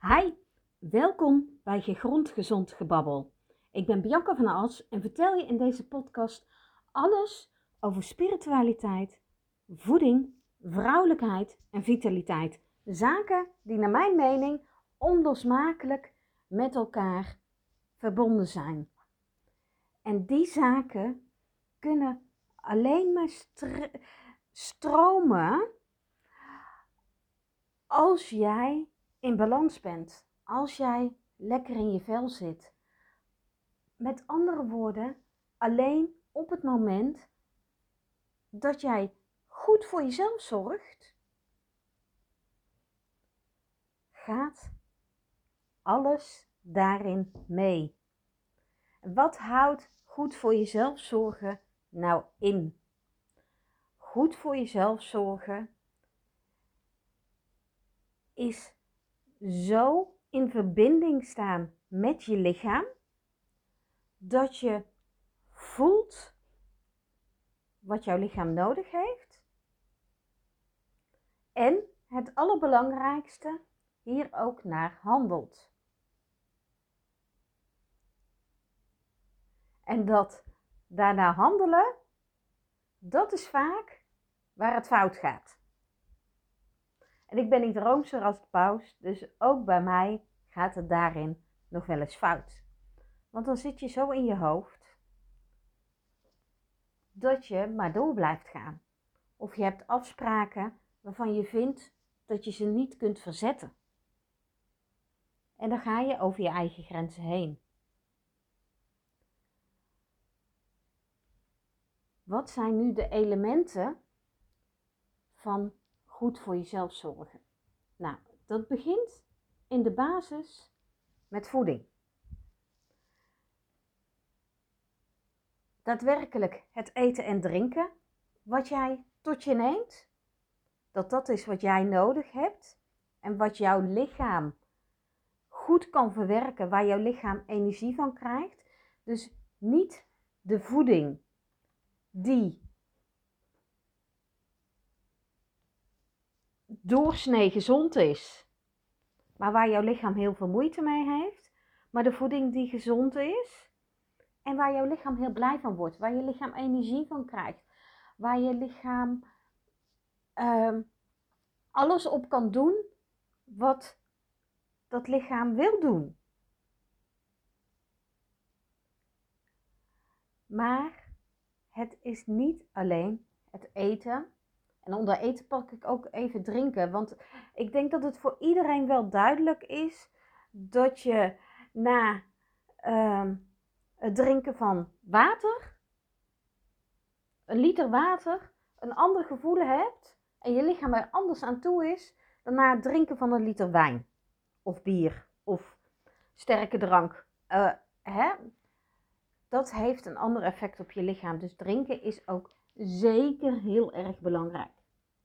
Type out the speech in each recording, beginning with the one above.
Hi, welkom bij Gegrond Gezond Gebabbel. Ik ben Bianca van As en vertel je in deze podcast alles over spiritualiteit, voeding, vrouwelijkheid en vitaliteit. Zaken die naar mijn mening onlosmakelijk met elkaar verbonden zijn. En die zaken kunnen alleen maar stromen als jij in balans bent, als jij lekker in je vel zit. Met andere woorden, alleen op het moment dat jij goed voor jezelf zorgt, gaat alles daarin mee. Wat houdt goed voor jezelf zorgen nou in? Goed voor jezelf zorgen is zo in verbinding staan met je lichaam, dat je voelt wat jouw lichaam nodig heeft. En het allerbelangrijkste, hier ook naar handelt. En dat daarna handelen, dat is vaak waar het fout gaat. En ik ben niet roomser als de paus, dus ook bij mij gaat het daarin nog wel eens fout. Want dan zit je zo in je hoofd dat je maar door blijft gaan. Of je hebt afspraken waarvan je vindt dat je ze niet kunt verzetten. En dan ga je over je eigen grenzen heen. Wat zijn nu de elementen van goed voor jezelf zorgen? Nou, dat begint in de basis met voeding. Daadwerkelijk het eten en drinken wat jij tot je neemt, dat is wat jij nodig hebt en wat jouw lichaam goed kan verwerken, waar jouw lichaam energie van krijgt. Dus niet de voeding die doorsnee gezond is, maar waar jouw lichaam heel veel moeite mee heeft, maar de voeding die gezond is en waar jouw lichaam heel blij van wordt, waar je lichaam energie van krijgt, waar je lichaam alles op kan doen wat dat lichaam wil doen. Maar het is niet alleen het eten. En onder eten pak ik ook even drinken. Want ik denk dat het voor iedereen wel duidelijk is dat je na het drinken van water, 1 liter water, een ander gevoel hebt en je lichaam er anders aan toe is dan na het drinken van 1 liter wijn of bier of sterke drank. Dat heeft een ander effect op je lichaam. Dus drinken is ook zeker heel erg belangrijk.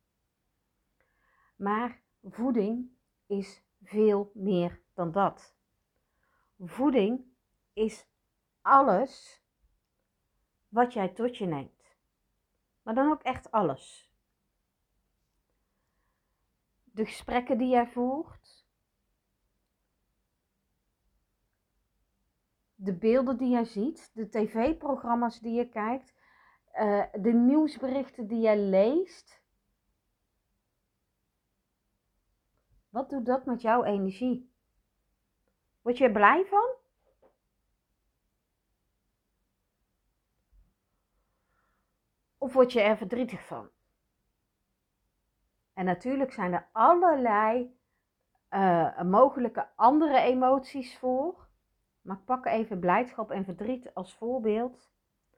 Maar voeding is veel meer dan dat. Voeding is alles wat jij tot je neemt. Maar dan ook echt alles. De gesprekken die jij voert. De beelden die jij ziet. De tv-programma's die je kijkt. De nieuwsberichten die jij leest. Wat doet dat met jouw energie? Word je er blij van? Of word je er verdrietig van? En natuurlijk zijn er allerlei mogelijke andere emoties voor. Maar ik pak even blijdschap en verdriet als voorbeeld.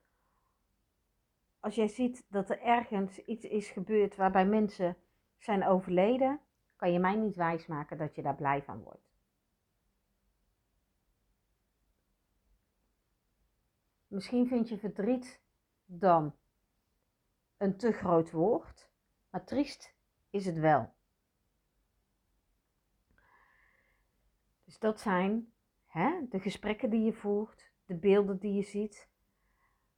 Als jij ziet dat er ergens iets is gebeurd waarbij mensen zijn overleden, kan je mij niet wijsmaken dat je daar blij van wordt. Misschien vind je verdriet dan een te groot woord, maar triest is het wel. Dus dat zijn de gesprekken die je voert, de beelden die je ziet,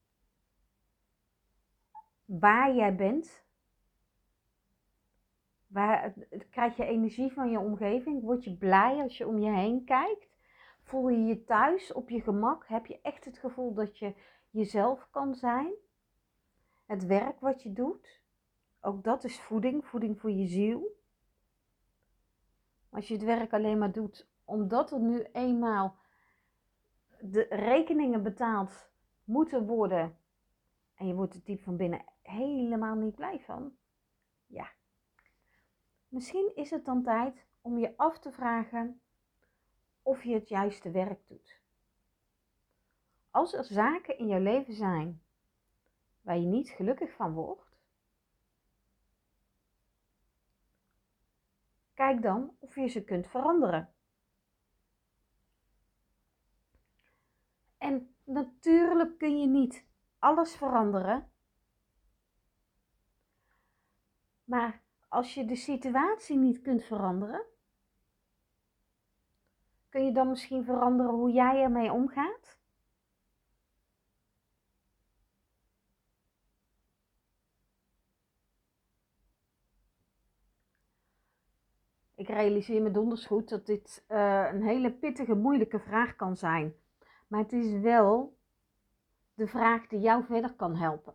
waar jij bent, Krijg je energie van je omgeving? Word je blij als je om je heen kijkt? Voel je je thuis op je gemak? Heb je echt het gevoel dat je jezelf kan zijn? Het werk wat je doet, ook dat is voeding voor je ziel. Als je het werk alleen maar doet omdat er nu eenmaal de rekeningen betaald moeten worden en je wordt er diep van binnen helemaal niet blij van, ja. Misschien is het dan tijd om je af te vragen of je het juiste werk doet. Als er zaken in jouw leven zijn waar je niet gelukkig van wordt, kijk dan of je ze kunt veranderen. En natuurlijk kun je niet alles veranderen, maar als je de situatie niet kunt veranderen, kun je dan misschien veranderen hoe jij ermee omgaat? Ik realiseer me donders goed dat dit een hele pittige, moeilijke vraag kan zijn. Maar het is wel de vraag die jou verder kan helpen.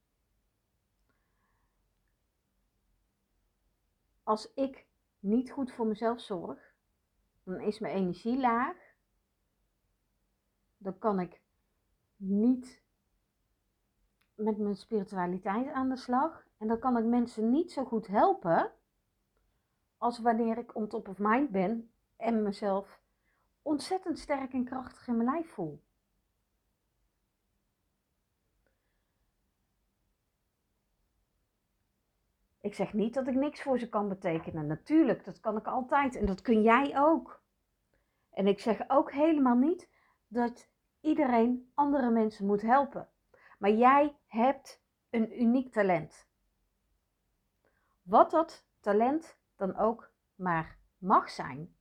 Als ik niet goed voor mezelf zorg, dan is mijn energie laag. Dan kan ik niet met mijn spiritualiteit aan de slag. En dan kan ik mensen niet zo goed helpen als wanneer ik on top of mind ben en mezelf ontzettend sterk en krachtig in mijn lijf voel. Ik zeg niet dat ik niks voor ze kan betekenen. Natuurlijk, dat kan ik altijd en dat kun jij ook. En ik zeg ook helemaal niet dat iedereen andere mensen moet helpen. Maar jij hebt een uniek talent. Wat dat talent dan ook maar mag zijn.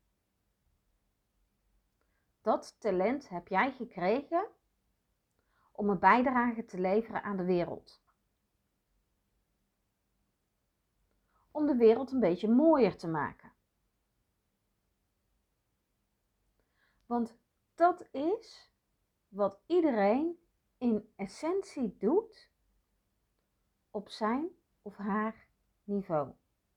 Dat talent heb jij gekregen om een bijdrage te leveren aan de wereld. Om de wereld een beetje mooier te maken. Want dat is wat iedereen in essentie doet op zijn of haar niveau.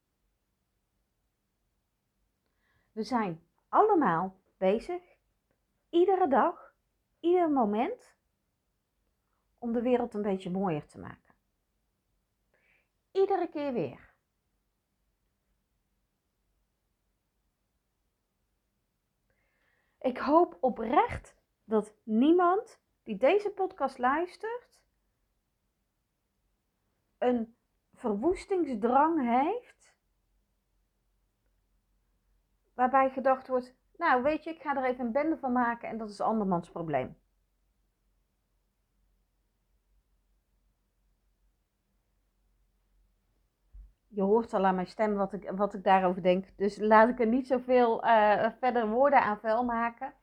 We zijn allemaal bezig, iedere dag, ieder moment, om de wereld een beetje mooier te maken. Iedere keer weer. Ik hoop oprecht dat niemand die deze podcast luistert een verwoestingsdrang heeft, waarbij gedacht wordt, nou weet je, ik ga er even een bende van maken en dat is andermans probleem. Je hoort al aan mijn stem wat ik daarover denk, dus laat ik er niet zoveel verder woorden aan vuil maken.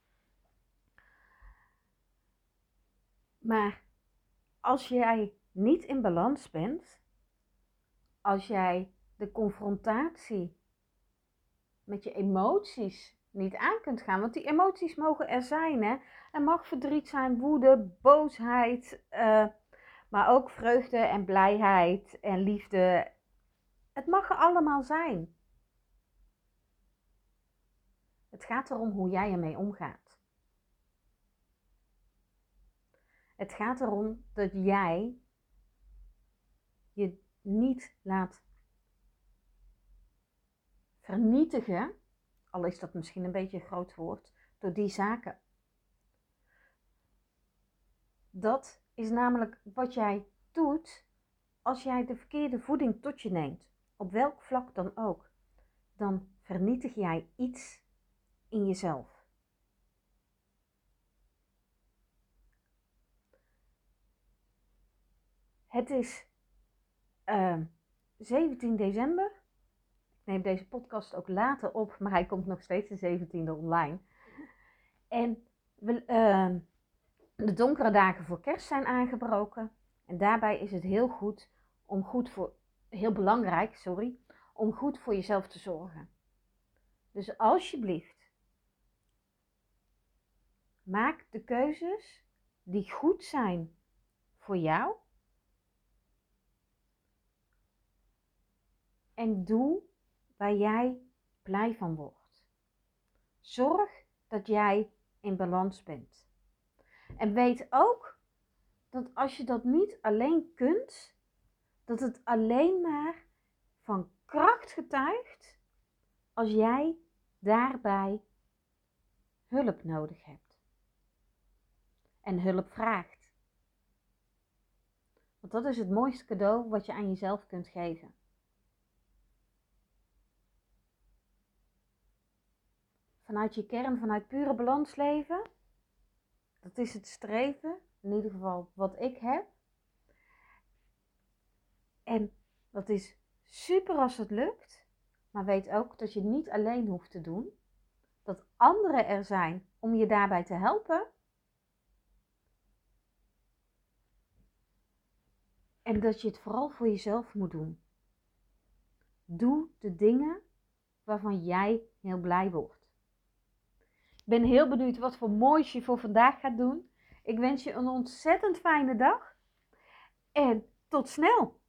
Maar als jij niet in balans bent, als jij de confrontatie met je emoties niet aan kunt gaan, want die emoties mogen er zijn, hè? Er mag verdriet zijn, woede, boosheid, maar ook vreugde en blijheid en liefde. Het mag er allemaal zijn. Het gaat erom hoe jij ermee omgaat. Het gaat erom dat jij je niet laat vernietigen, al is dat misschien een beetje een groot woord, door die zaken. Dat is namelijk wat jij doet als jij de verkeerde voeding tot je neemt, op welk vlak dan ook. Dan vernietig jij iets in jezelf. Het is 17 december. Ik neem deze podcast ook later op, maar hij komt nog steeds de 17e online. En de donkere dagen voor kerst zijn aangebroken. En daarbij is het heel belangrijk om goed voor jezelf te zorgen. Dus alsjeblieft, maak de keuzes die goed zijn voor jou. En doe waar jij blij van wordt. Zorg dat jij in balans bent. En weet ook dat als je dat niet alleen kunt, dat het alleen maar van kracht getuigt als jij daarbij hulp nodig hebt. En hulp vraagt. Want dat is het mooiste cadeau wat je aan jezelf kunt geven. Vanuit je kern, vanuit pure balans leven. Dat is het streven, in ieder geval wat ik heb. En dat is super als het lukt. Maar weet ook dat je het niet alleen hoeft te doen. Dat anderen er zijn om je daarbij te helpen. En dat je het vooral voor jezelf moet doen. Doe de dingen waarvan jij heel blij wordt. Ik ben heel benieuwd wat voor moois je voor vandaag gaat doen. Ik wens je een ontzettend fijne dag. En tot snel!